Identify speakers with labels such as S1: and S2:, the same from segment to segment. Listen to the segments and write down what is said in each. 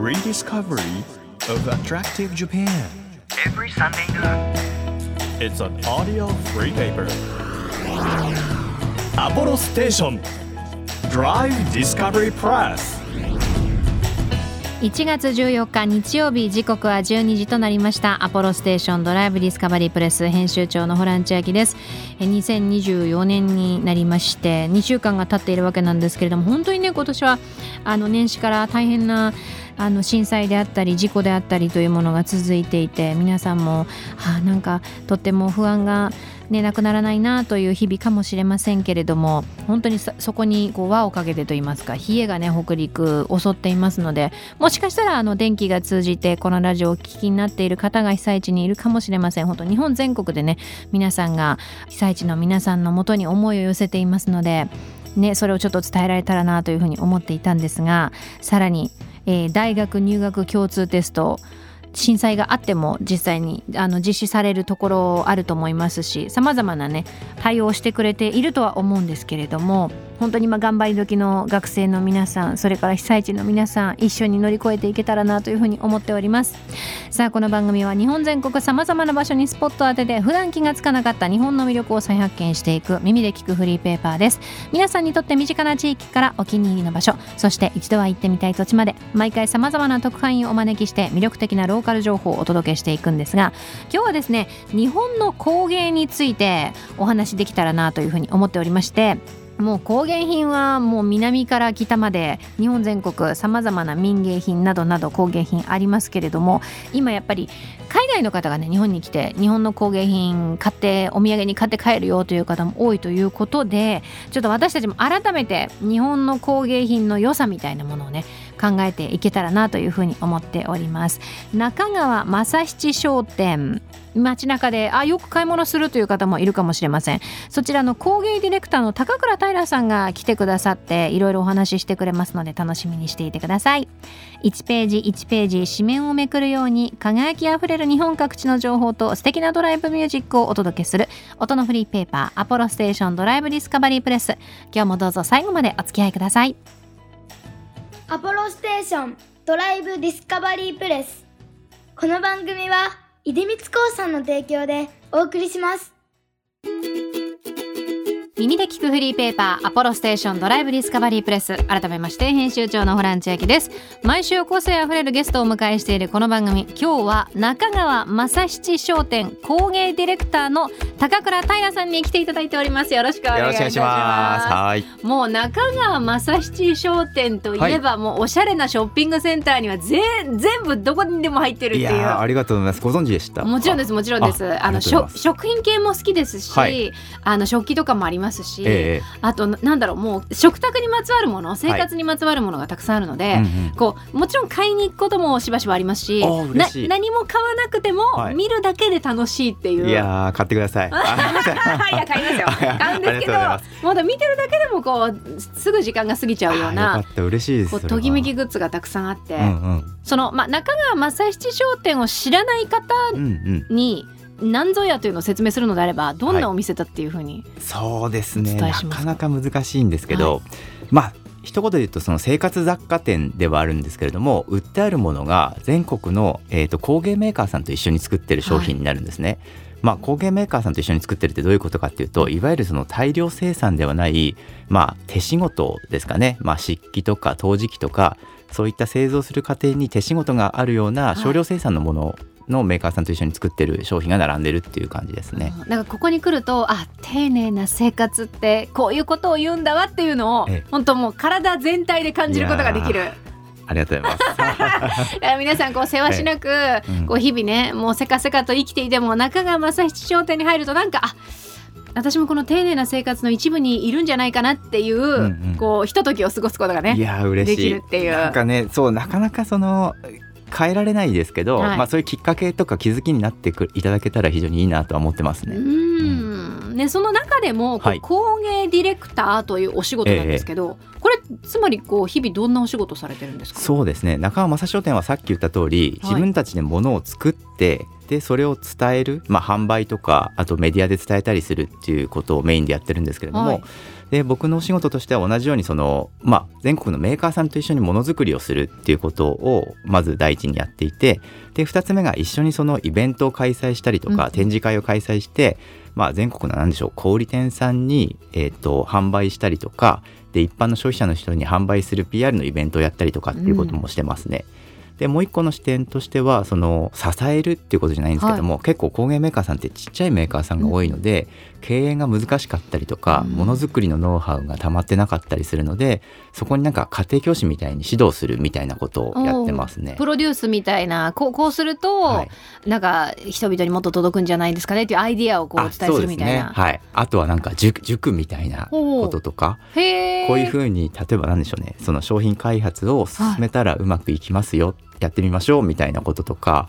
S1: rediscovery of attractive Japan.
S2: Every Sunday noon.
S1: It's an audio free paper. Apollo Station Drive Discovery Press
S3: 1月14日日曜日、時刻は12時となりました。アポロステーションドライブディスカバリープレス編集長のホラン千秋です。2024年になりまして2週間が経っているわけなんですけれども、本当にね、今年は年始から大変な震災であったり事故であったりというものが続いていて、皆さんもなんかとっても不安がなくならないなという日々かもしれませんけれども、本当にそこに輪をかけてといいますか、冷えがね北陸襲っていますので、もしかしたら電気が通じてこのラジオをお聞きになっている方が被災地にいるかもしれません。本当日本全国でね、皆さんが被災地の皆さんのもとに思いを寄せていますのでね、それをちょっと伝えられたらなというふうに思っていたんですが、さらに大学入学共通テスト、震災があっても実際に実施されるところあると思いますし、さまざまなね対応をしてくれているとは思うんですけれども、本当に今頑張り時の学生の皆さん、それから被災地の皆さん、一緒に乗り越えていけたらなというふうに思っております。さあ、この番組は日本全国さまざまな場所にスポットを当てて、普段気がつかなかった日本の魅力を再発見していく耳で聞くフリーペーパーです。皆さんにとって身近な地域からお気に入りの場所、そして一度は行ってみたい土地まで、毎回さまざまな特派員をお招きして魅力的なローカル情報をお届けしていくんですが、今日はですね、日本の工芸についてお話できたらなというふうに思っておりまして、もう工芸品はもう南から北まで日本全国さまざまな民芸品などなど工芸品ありますけれども、今やっぱり海外の方がね日本に来て日本の工芸品買ってお土産に買って帰るよという方も多いということで、ちょっと私たちも改めて日本の工芸品の良さみたいなものをね考えていけたらなというふうに思っております。中川正七商店、街中でよく買い物するという方もいるかもしれません。そちらの工芸ディレクターの高倉平さんが来てくださっていろいろお話ししてくれますので、楽しみにしていてください。1ページ1ページ紙面をめくるように輝きあふれる日本各地の情報と素敵なドライブミュージックをお届けする音のフリーペーパー、アポロステーションドライブディスカバリープレス。今日もどうぞ最後までお付き合いください。
S4: アポロステーションドライブディスカバリープレス。この番組は出光興産の提供でお送りします。
S3: 耳で聞くフリーペーパー、アポロステーションドライブディスカバリープレス。改めまして編集長のホラン千秋です。毎週個性あふれるゲストをお迎えしているこの番組、今日は中川正七商店工芸ディレクターの高倉平さんに来ていただいております。よろしくお願いいたします。
S5: はい。
S3: もう中川正七商店といえば、もうおしゃれなショッピングセンターには全部どこにでも入ってるっていう。
S5: いや、ありがとうございます。ご存知でした？
S3: もちろんです、もちろんです。食品系も好きですし、はい、食器とかもありますし、あともう食卓にまつわるもの、生活にまつわるものがたくさんあるので、もちろん買いに行くこともしばしばありますし、何も買わなくても、見るだけで楽しいっていう。
S5: いや、買ってください。いや、
S3: 買いますよ。買うんですけど、まだ見てるだけでもすぐ時間が過ぎちゃうような、
S5: よかった、嬉しいです。
S3: ときめきグッズがたくさんあって、その中川正七商店を知らない方に、何ぞやというのを説明するのであれば、どんなお店だっていうふうに、
S5: そうですね、なかなか難しいんですけど、一言で言うとその生活雑貨店ではあるんですけれども、売ってあるものが全国の、工芸メーカーさんと一緒に作ってる商品になるんですね。工芸メーカーさんと一緒に作ってるってどういうことかっていうと、いわゆるその大量生産ではない、手仕事ですかね。漆器とか陶磁器とか、そういった製造する過程に手仕事があるような少量生産のもののメーカーさんと一緒に作ってる商品が並んでるっていう感じですね。
S3: だからここに来ると、丁寧な生活ってこういうことを言うんだわっていうのを、本当もう体全体で感じることができる。
S5: ありがとうございます
S3: 皆さんせわしなく、日々ね、もうせかせかと生きていても、中川正七商店に入ると私もこの丁寧な生活の一部にいるんじゃないかなっていう、ひとときを過ごすことがね、できるっていう。
S5: なかなか変えられないですけど、そういうきっかけとか気づきになっていただけたら非常にいいなとは思ってますね。
S3: その中でも、工芸ディレクターというお仕事なんですけど、これつまり日々どんなお仕事されてるんですか？
S5: そうですね、中川正商店はさっき言った通り、自分たちで物を作って、でそれを伝える、販売とかあとメディアで伝えたりするっていうことをメインでやってるんですけれども、 で僕のお仕事としては同じように全国のメーカーさんと一緒にものづくりをするっていうことをまず第一にやっていて、で2つ目が一緒にそのイベントを開催したりとか、展示会を開催して、全国の小売店さんに、販売したりとかで、一般の消費者の人に販売する PR のイベントをやったりとかっていうこともしてますね。でもう一個の視点としては支えるっていうことじゃないんですけども、結構工芸メーカーさんってちっちゃいメーカーさんが多いので、経営が難しかったりとか、ものづくりのノウハウが溜まってなかったりするので、そこに家庭教師みたいに指導するみたいなことをやってますね。
S3: プロデュースみたいな、こうすると、人々にもっと届くんじゃないですかねっていうアイディアをお伝えするみたいな。
S5: あとは塾みたいなこととか、こういうふうに例えばその商品開発を進めたらうまくいきますよ、やってみましょうみたいなこととか、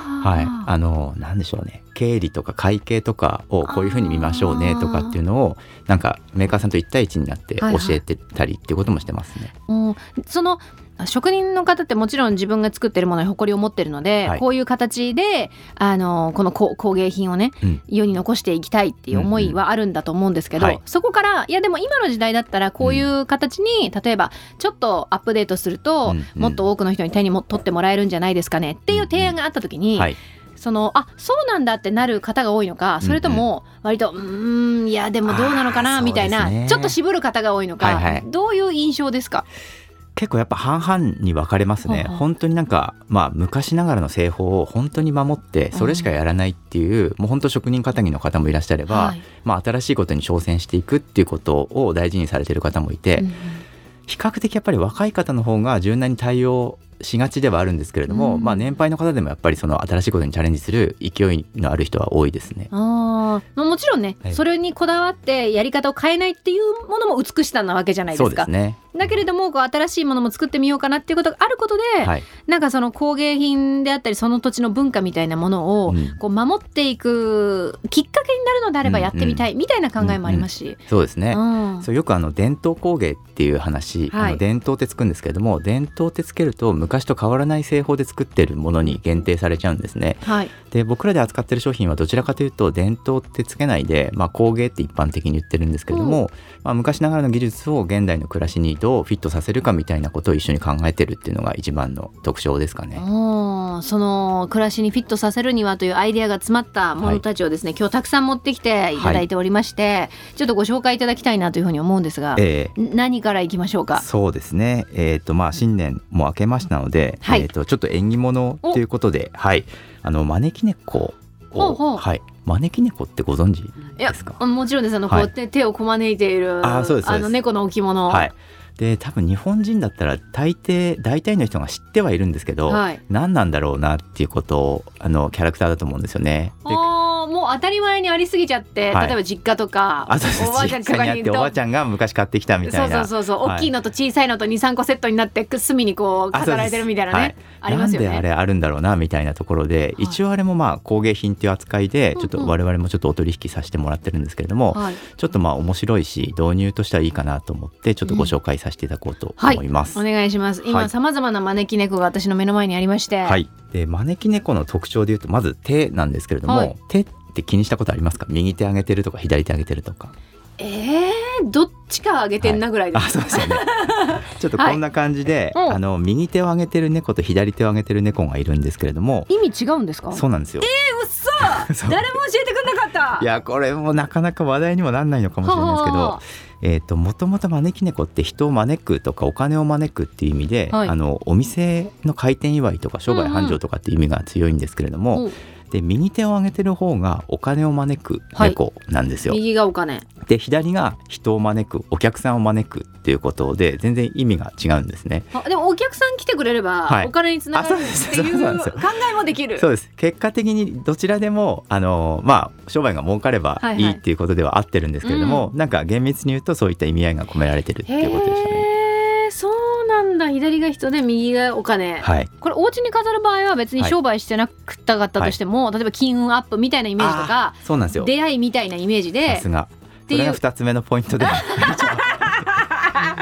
S5: 経理とか会計とかをこういうふうに見ましょうねとかっていうのをメーカーさんと1対1になって教えてたりっていうこともしてますね。
S3: その職人の方ってもちろん自分が作ってるものに誇りを持ってるので、こういう形でこの工芸品をね、世に残していきたいっていう思いはあるんだと思うんですけど、そこからでも今の時代だったらこういう形に、例えばちょっとアップデートすると、もっと多くの人に手に取ってもらえるんじゃないですかねっていう提案があった時に、そうなんだってなる方が多いのか、それとも割といやでもどうなのかなみたいな、ちょっと渋る方が多いのか、どういう印象ですか？
S5: 結構やっぱ半々に分かれますね。本当に昔ながらの製法を本当に守ってそれしかやらないっていう、もう本当職人気質の方もいらっしゃれば、新しいことに挑戦していくっていうことを大事にされている方もいて、比較的やっぱり若い方の方が柔軟に対応しがちではあるんですけれども、年配の方でもやっぱりその新しいことにチャレンジする勢いのある人は多いですね。
S3: もちろんね、それにこだわってやり方を変えないっていうものも美しさなわけじゃないですか。
S5: そうですね。
S3: だけれども新しいものも作ってみようかなっていうことがあることで、その工芸品であったりその土地の文化みたいなものを守っていくきっかけになるのであればやってみたいみたいな考えもありますし、
S5: そうですね。よく伝統工芸っていう話、伝統ってつくんですけれども、伝統ってつけると昔と変わらない製法で作ってるものに限定されちゃうんですね。で僕らで扱ってる商品はどちらかというと伝統ってつけないで、工芸って一般的に言ってるんですけれども、昔ながらの技術を現代の暮らしにどうフィットさせるかみたいなことを一緒に考えてるっていうのが一番の特徴ですかね。
S3: その暮らしにフィットさせるにはというアイデアが詰まったものたちをですね、今日たくさん持ってきていただいておりまして、ちょっとご紹介いただきたいなというふうに思うんですが、何からいきましょうか？そうですね、
S5: 新年も明けましたので、ちょっと縁起物ということで、招き猫を、招き猫ってご存知ですか？
S3: もちろんです。手をこまねいている猫の置物、
S5: で多分日本人だったら大体の人が知ってはいるんですけど、何なんだろうなっていうことをキャラクターだと思うんですよね。
S3: もう当たり前にありすぎちゃって、例えば実家とか
S5: おばあちゃんとかにおばあちゃんが昔買ってきたみたいな、
S3: 大きいのと小さいのと 2,3 個セットになって隅に飾られてるみたいなね、ありますよね。
S5: なんであれあるんだろうなみたいなところで、一応あれも工芸品っていう扱いでちょっと我々もちょっとお取引させてもらってるんですけれども、ちょっと面白いし導入としてはいいかなと思ってちょっとご紹介させていただこうと思います。
S3: お願いします。今さまざまな招き猫が私の目の前にありまして、
S5: で招き猫の特徴でいうとまず手なんですけれども、手って気にしたことありますか？右手上げてるとか左手上げてるとか。
S3: どっちか上げてんなぐらいです。
S5: そうですよね。ちょっとこんな感じで、右手を上げてる猫と左手を上げてる猫がいるんですけれども、
S3: 意味違うんですか？
S5: そうなんですよ。
S3: 嘘誰も教えてくれなかった。
S5: いやこれもなかなか話題にもなんないのかもしれないですけど、もともと招き猫って人を招くとかお金を招くっていう意味で、お店の開店祝いとか商売繁盛とかっていう意味が強いんですけれども、で右手を上げてる方がお金を招く猫なんですよ。
S3: 右がお金
S5: で左が人を招くお客さんを招くっていうことで全然意味が違うんですね。
S3: でもお客さん来てくれれば、お金につながるっていう考えもできる。
S5: そうです。結果的にどちらでも商売が儲かればいいっていうことでは合ってるんですけれども、なんか厳密に言うとそういった意味合いが込められてるっていうことでしたね。
S3: そうなんだ。左が人で右がお金、これお家に飾る場合は別に商売してなくたかったとしても、例えば金運アップみたいなイメージとか、
S5: そうなんですよ。
S3: 出会いみたいなイメージで、
S5: さすがそれが2つ目のポイントで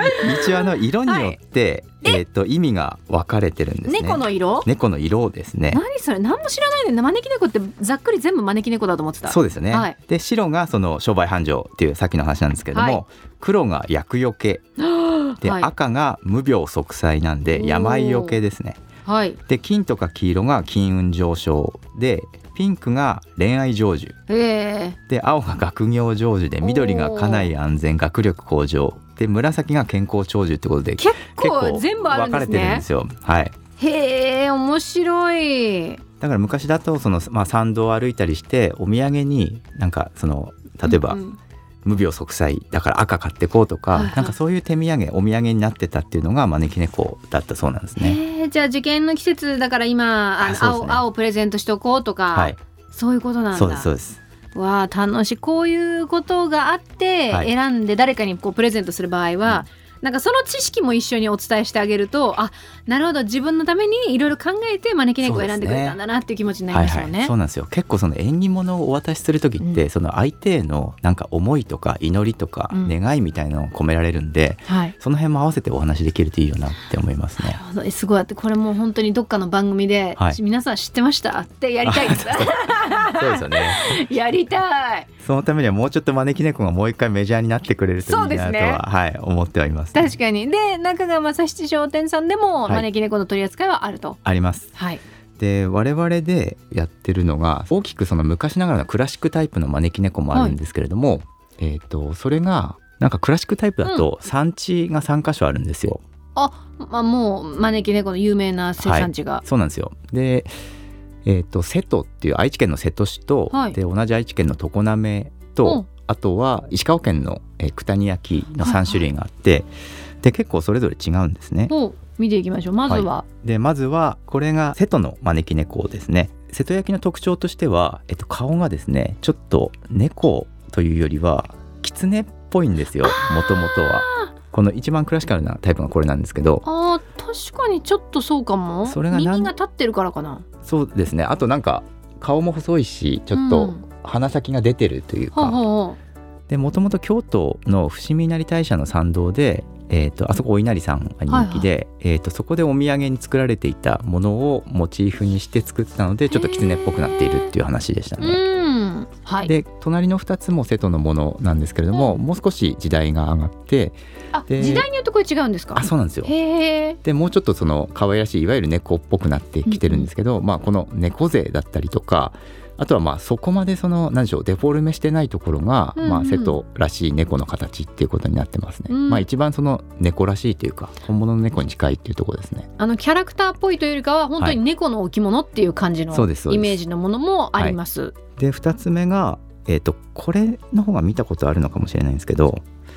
S5: 一応色によって、意味が分かれてるんですね。
S3: 猫の色？
S5: 猫の色ですね。
S3: 何それ、何も知らないで、招き猫ってざっくり全部招き猫だと思ってた。
S5: そうですね、
S3: はい、
S5: で白がその商売繁盛っていうさっきの話なんですけれども、はい、黒が厄除けで、はい、赤が無病息災なんで病除けですね。はい、で金とか黄色が金運上昇で、ピンクが恋愛成就、で青が学業成就で、緑が家内安全学力向上で、紫が健康長寿ってことで
S3: 結構全部あるんですね。分かれてるんですよ。
S5: はい、
S3: へー、面白い。
S5: だから昔だと参道を歩いたりしてお土産になんか例えば、無病息災だから赤買ってこうとか、なんかそういう手土産お土産になってたっていうのが招き猫だったそうなんですね。
S3: じゃあ受験の季節だから今青プレゼントしておこうとか、はい、そういうことなんだ。
S5: そうですそうです。
S3: わあ、楽しい。こういうことがあって選んで誰かにプレゼントする場合は、なんかその知識も一緒にお伝えしてあげると、あ、なるほど、自分のためにいろいろ考えて招き猫を選んでくれたんだなっていう気持ちになりますよね。
S5: そうなんですよ。結構縁起物をお渡しする時って、その相手へのなんか思いとか祈りとか願いみたいなのを込められるんで、その辺も合わせてお話できるといいよなって思いますね。
S3: すごい。これもう本当にどっかの番組で、皆さん知ってましたってやりたいです。
S5: そうですよね。
S3: やりたい。
S5: そのためにはもうちょっと招き猫がもう一回メジャーになってくれるといいなとは、思ってはいます、ね。
S3: 確かに。で、中川正七商店さんでも招き猫の取り扱いはあると。
S5: あります。はい。で、我々でやってるのが大きく昔ながらのクラシックタイプの招き猫もあるんですけれども、それがなんかクラシックタイプだと産地が3カ所あるんですよ。
S3: もう招き猫の有名な生産地が、
S5: そうなんですよ。で、瀬戸っていう愛知県の瀬戸市と、で同じ愛知県の常滑と、あとは石川県の九谷焼の3種類があって、で結構それぞれ違うんですね。
S3: 見ていきましょう。まずは
S5: これが瀬戸の招き猫ですね。瀬戸焼の特徴としては、顔がですねちょっと猫というよりは狐っぽいんですよ。もともとはこの一番クラシカルなタイプがこれなんですけど、
S3: 確かにちょっとそうかも。それが耳が立ってるからかな。そうですね。
S5: あとなんか顔も細いし、ちょっと鼻先が出てるというか、でもともと京都の伏見稲荷大社の参道で、あそこお稲荷さんが人気で、そこでお土産に作られていたものをモチーフにして作ったので、ちょっと狐っぽくなっているっていう話でしたね。で隣の2つも瀬戸のものなんですけれども、もう少し時代が上がって、
S3: 時代によってこれ違うんですか？
S5: そうなんですよ。でもうちょっと可愛らしいいわゆる猫っぽくなってきてるんですけど、この猫背だったりとか、あとはそこまで何でしょう、デフォルメしてないところが、瀬戸らしい猫の形っていうことになってますね。一番猫らしいというか本物の猫に近いっていうところですね。
S3: キャラクターっぽいというよりかは本当に猫の置物っていう感じのイメージのものもあります。
S5: で2つ目が、これの方が見たことあるのかもしれないんですけど、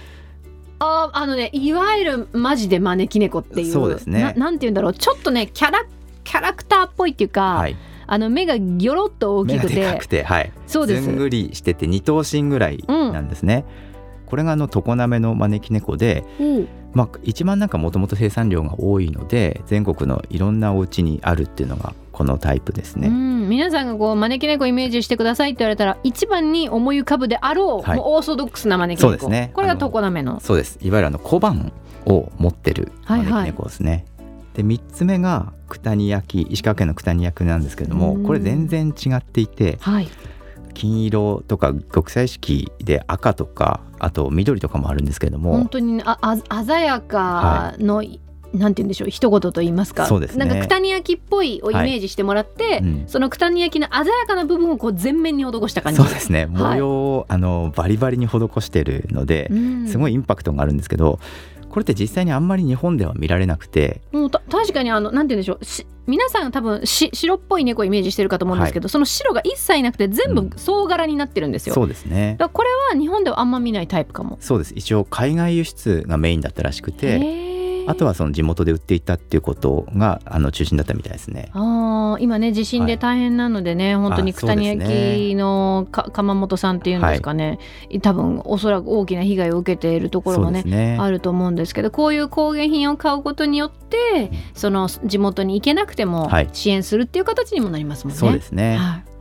S3: いわゆるマジで招き猫っていう、
S5: そうですね。
S3: なんていうんだろう、ちょっとねキャラクターっぽいっていうか、目がギョロッと大きくて、
S5: 目がでかくて、
S3: そうです。
S5: ずんぐりしてて2頭身ぐらいなんですね。これが常滑の招き猫で、一番なんかもともと生産量が多いので全国のいろんなお家にあるっていうのがこのタイプですね。
S3: 皆さんが招き猫イメージしてくださいって言われたら一番に思い浮かぶであろう、もうオーソドックスな招き猫。そうですね。これが常滑の。
S5: そうです。いわゆる小判を持ってる招き猫ですね。で3つ目が九谷焼、石川県の九谷焼なんですけれども、これ全然違っていて、金色とか極彩色で赤とかあと緑とかもあるんですけれども、
S3: 本当に鮮やかの、なんて言うんでしょう、一言と言いますか。
S5: そうですね。
S3: なんか九谷焼っぽいをイメージしてもらって、その九谷焼の鮮やかな部分を全面に施した感じ。
S5: そうですね。模様を、バリバリに施しているので、すごいインパクトがあるんですけど、これって実際にあんまり日本では見られなくて、
S3: 確かになんて言うんでしょう、皆さん多分白っぽい猫をイメージしてるかと思うんですけど、その白が一切なくて全部総柄になってるんですよ。
S5: そうですね。
S3: だからこれは日本ではあんま見ないタイプかも。
S5: そうです。一応海外輸出がメインだったらしくて、あとは地元で売っていたっていうことが中心だったみたいですね。
S3: 今ね地震で大変なのでね、本当に九谷焼の窯元さんっていうんですかね、多分おそらく大きな被害を受けているところもねあると思うんですけど、こういう工芸品を買うことによって、その地元に行けなくても支援するっていう形にもなりますもんね。
S5: そうですね。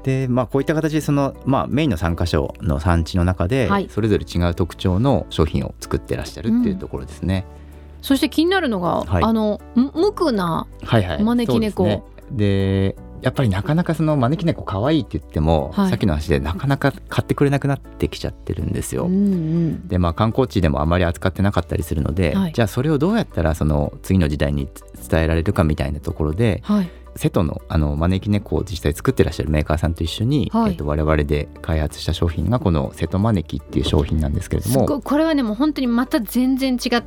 S5: でこういった形でメインの3カ所の産地の中でそれぞれ違う特徴の商品を作ってらっしゃるっていうところですね。
S3: そして気になるのが、無垢な招き猫、
S5: でやっぱりなかなかその招き猫可愛いって言っても、さっきの話でなかなか買ってくれなくなってきちゃってるんですよ。で観光地でもあまり扱ってなかったりするので、じゃあそれをどうやったらその次の時代に伝えられるかみたいなところで、瀬戸の招き猫を実際作ってらっしゃるメーカーさんと一緒に、我々で開発した商品がこの瀬戸招きっていう商品なんですけれども、
S3: これはねもう本当にまた全然違って、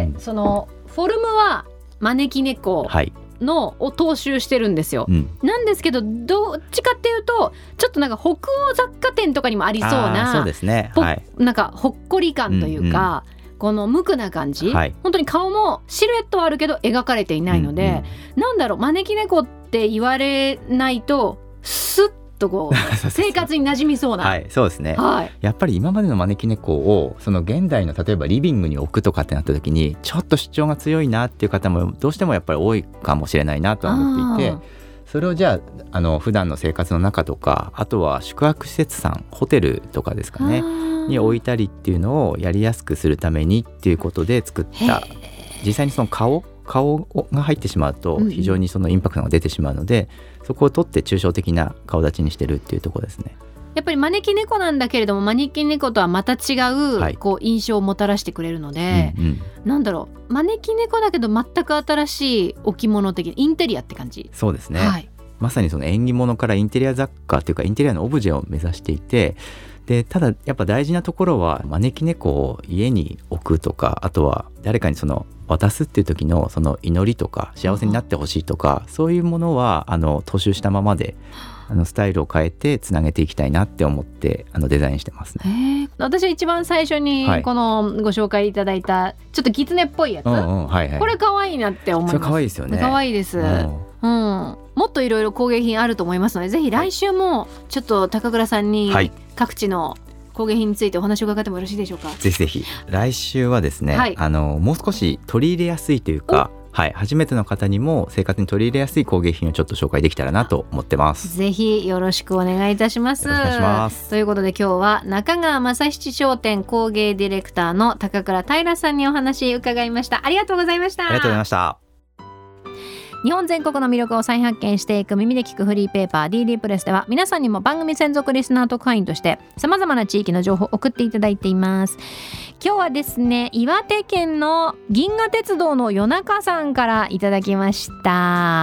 S3: そのフォルムは招き猫のを踏襲してるんですよ、なんですけどどっちかっていうとちょっとなんか北欧雑貨店とかにもありそうな、
S5: そうですね、
S3: なんかほっこり感というか、この無垢な感じ、本当に顔もシルエットはあるけど描かれていないので、なんだろう招き猫って言われないとスッとこう生活に馴染みそうな
S5: そうですね、やっぱり今までの招き猫をその現代の例えばリビングに置くとかってなった時にちょっと主張が強いなっていう方もどうしてもやっぱり多いかもしれないなとは思っていて、それをじゃあ普段の生活の中とか、あとは宿泊施設さんホテルとかですかねに置いたりっていうのをやりやすくするためにっていうことで作った、実際にその顔が入ってしまうと非常にそのインパクトが出てしまうので、そこを取って抽象的な顔立ちにしてるっていうところですね。
S3: やっぱり招き猫なんだけれども招き猫とはまた違う、こう印象をもたらしてくれるので、なんだろう招き猫だけど全く新しい置物的インテリアって感じ。
S5: そうですね、まさにその縁起物からインテリア雑貨というかインテリアのオブジェを目指していて、でただやっぱ大事なところは招き猫を家に置くとか、あとは誰かにその渡すっていう時のその祈りとか幸せになってほしいとか、そういうものは踏襲したままでスタイルを変えてつなげていきたいなって思ってデザインしてますね。
S3: 私は一番最初にこのご紹介いただいたちょっとキツネっぽいやつ、これ可愛いなって思います。
S5: それ可愛いですよね。
S3: 可愛いです、もっといろいろ工芸品あると思いますので、ぜひ来週もちょっと高倉さんに各地の工芸品についてお話を伺ってもよろしいでしょうか。
S5: ぜひぜひ。来週はですね、もう少し取り入れやすいというか、初めての方にも生活に取り入れやすい工芸品をちょっと紹介できたらなと思ってます。
S3: ぜひよろしくお願いいたします。
S5: よろしくお願いします。
S3: ということで今日は中川正七商店工芸ディレクターの高倉平さんにお話伺いました。ありがとうございました。
S5: ありがとうございました。
S3: 日本全国の魅力を再発見していく耳で聞くフリーペーパー DD プレスでは、皆さんにも番組専属リスナー特派員として様々な地域の情報を送っていただいています。今日はですね、岩手県の銀河鉄道の夜中さんからいただきました。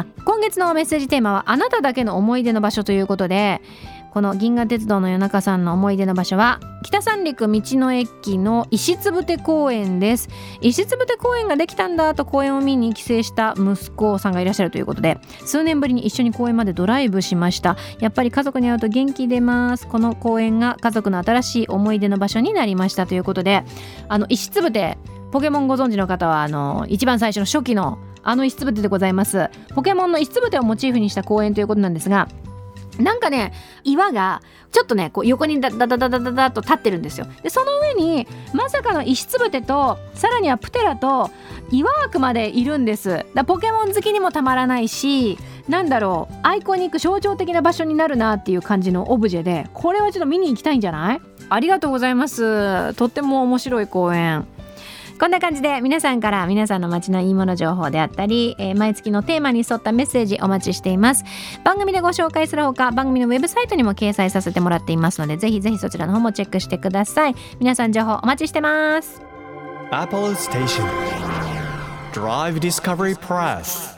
S3: 今月のメッセージテーマはあなただけの思い出の場所ということで、この銀河鉄道の夜中さんの思い出の場所は北三陸道の駅の石つぶて公園です。石つぶて公園ができたんだと公園を見に帰省した息子さんがいらっしゃるということで、数年ぶりに一緒に公園までドライブしました。やっぱり家族に会うと元気出ます。この公園が家族の新しい思い出の場所になりましたということで、石つぶてポケモンご存知の方は一番最初の初期の石つぶてでございます。ポケモンの石つぶてをモチーフにした公園ということなんですが、なんかね岩がちょっとねこう横にダダダダダダダと立ってるんですよ。でその上にまさかの石つぶてとさらにはプテラと岩枠までいるんです。だポケモン好きにもたまらないし、なんだろうアイコニック象徴的な場所になるなっていう感じのオブジェで、これはちょっと見に行きたいんじゃない？ありがとうございます。とっても面白い公園。こんな感じで皆さんから皆さんの街のいいもの情報であったり、毎月のテーマに沿ったメッセージお待ちしています。番組でご紹介するほか番組のウェブサイトにも掲載させてもらっていますので、ぜひぜひそちらの方もチェックしてください。皆さん情報お待ちしてます。
S1: Apollo Station Drive Discovery Press。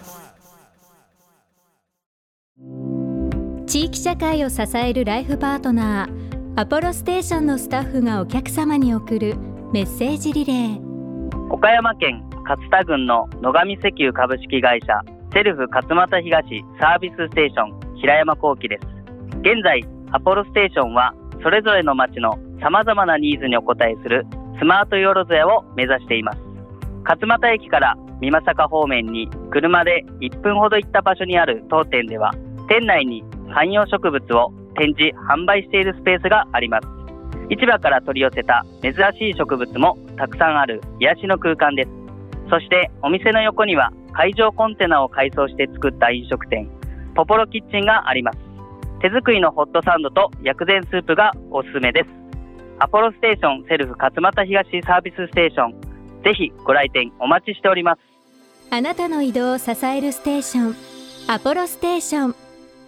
S6: 地域社会を支えるライフパートナーアポロステーションのスタッフがお客様に送るメッセージリレー。
S7: 岡山県勝田郡の野上石油株式会社セルフ勝俣東サービスステーション平山幸喜です。現在アポロステーションはそれぞれの町のさまざまなニーズにお応えするスマートよろずやを目指しています。勝俣駅から美作方面に車で1分ほど行った場所にある当店では、店内に観葉植物を展示販売しているスペースがあります。市場から取り寄せた珍しい植物もたくさんある癒しの空間です。そしてお店の横には海上コンテナを改装して作った飲食店ポポロキッチンがあります。 手作りのホットサンドと薬膳スープがおすすめです。アポロステーションセルフ勝俣東サービスステーション、ぜひご来店お待ちしております。
S6: あなたの移動を支えるステーション、アポロステーション。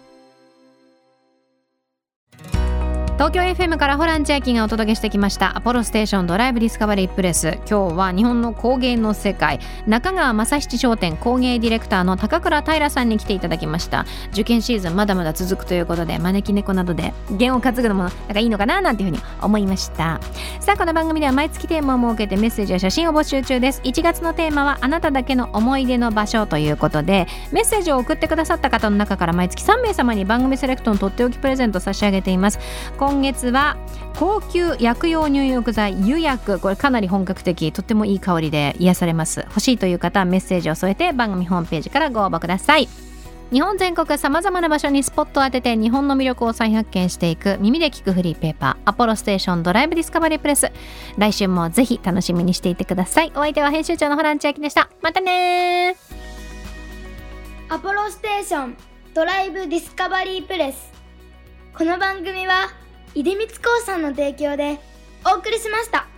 S3: 東京 FM からホラン千秋がお届けしてきましたアポロステーションドライブディスカバリープレス。今日は日本の工芸の世界、中川正七商店工芸ディレクターの高倉平さんに来ていただきました。受験シーズンまだまだ続くということで、招き猫などで弦を担ぐのもなんかいいのかななんていうふうに思いました。さあ、この番組では毎月テーマを設けてメッセージや写真を募集中です。1月のテーマはあなただけの思い出の場所ということで、メッセージを送ってくださった方の中から毎月3名様に番組セレクトのとっておきプレゼント差し上げています。今月は高級薬用入浴剤湯薬、これかなり本格的、とってもいい香りで癒されます。欲しいという方はメッセージを添えて番組ホームページからご応募ください。日本全国さまざまな場所にスポットを当てて日本の魅力を再発見していく耳で聞くフリーペーパー、アポロステーションドライブディスカバリープレス。来週もぜひ楽しみにしていてください。お相手は編集長のホラン千秋でした。またね。
S4: アポロステーションドライブディスカバリープレス。この番組は出光興産の提供でお送りしました。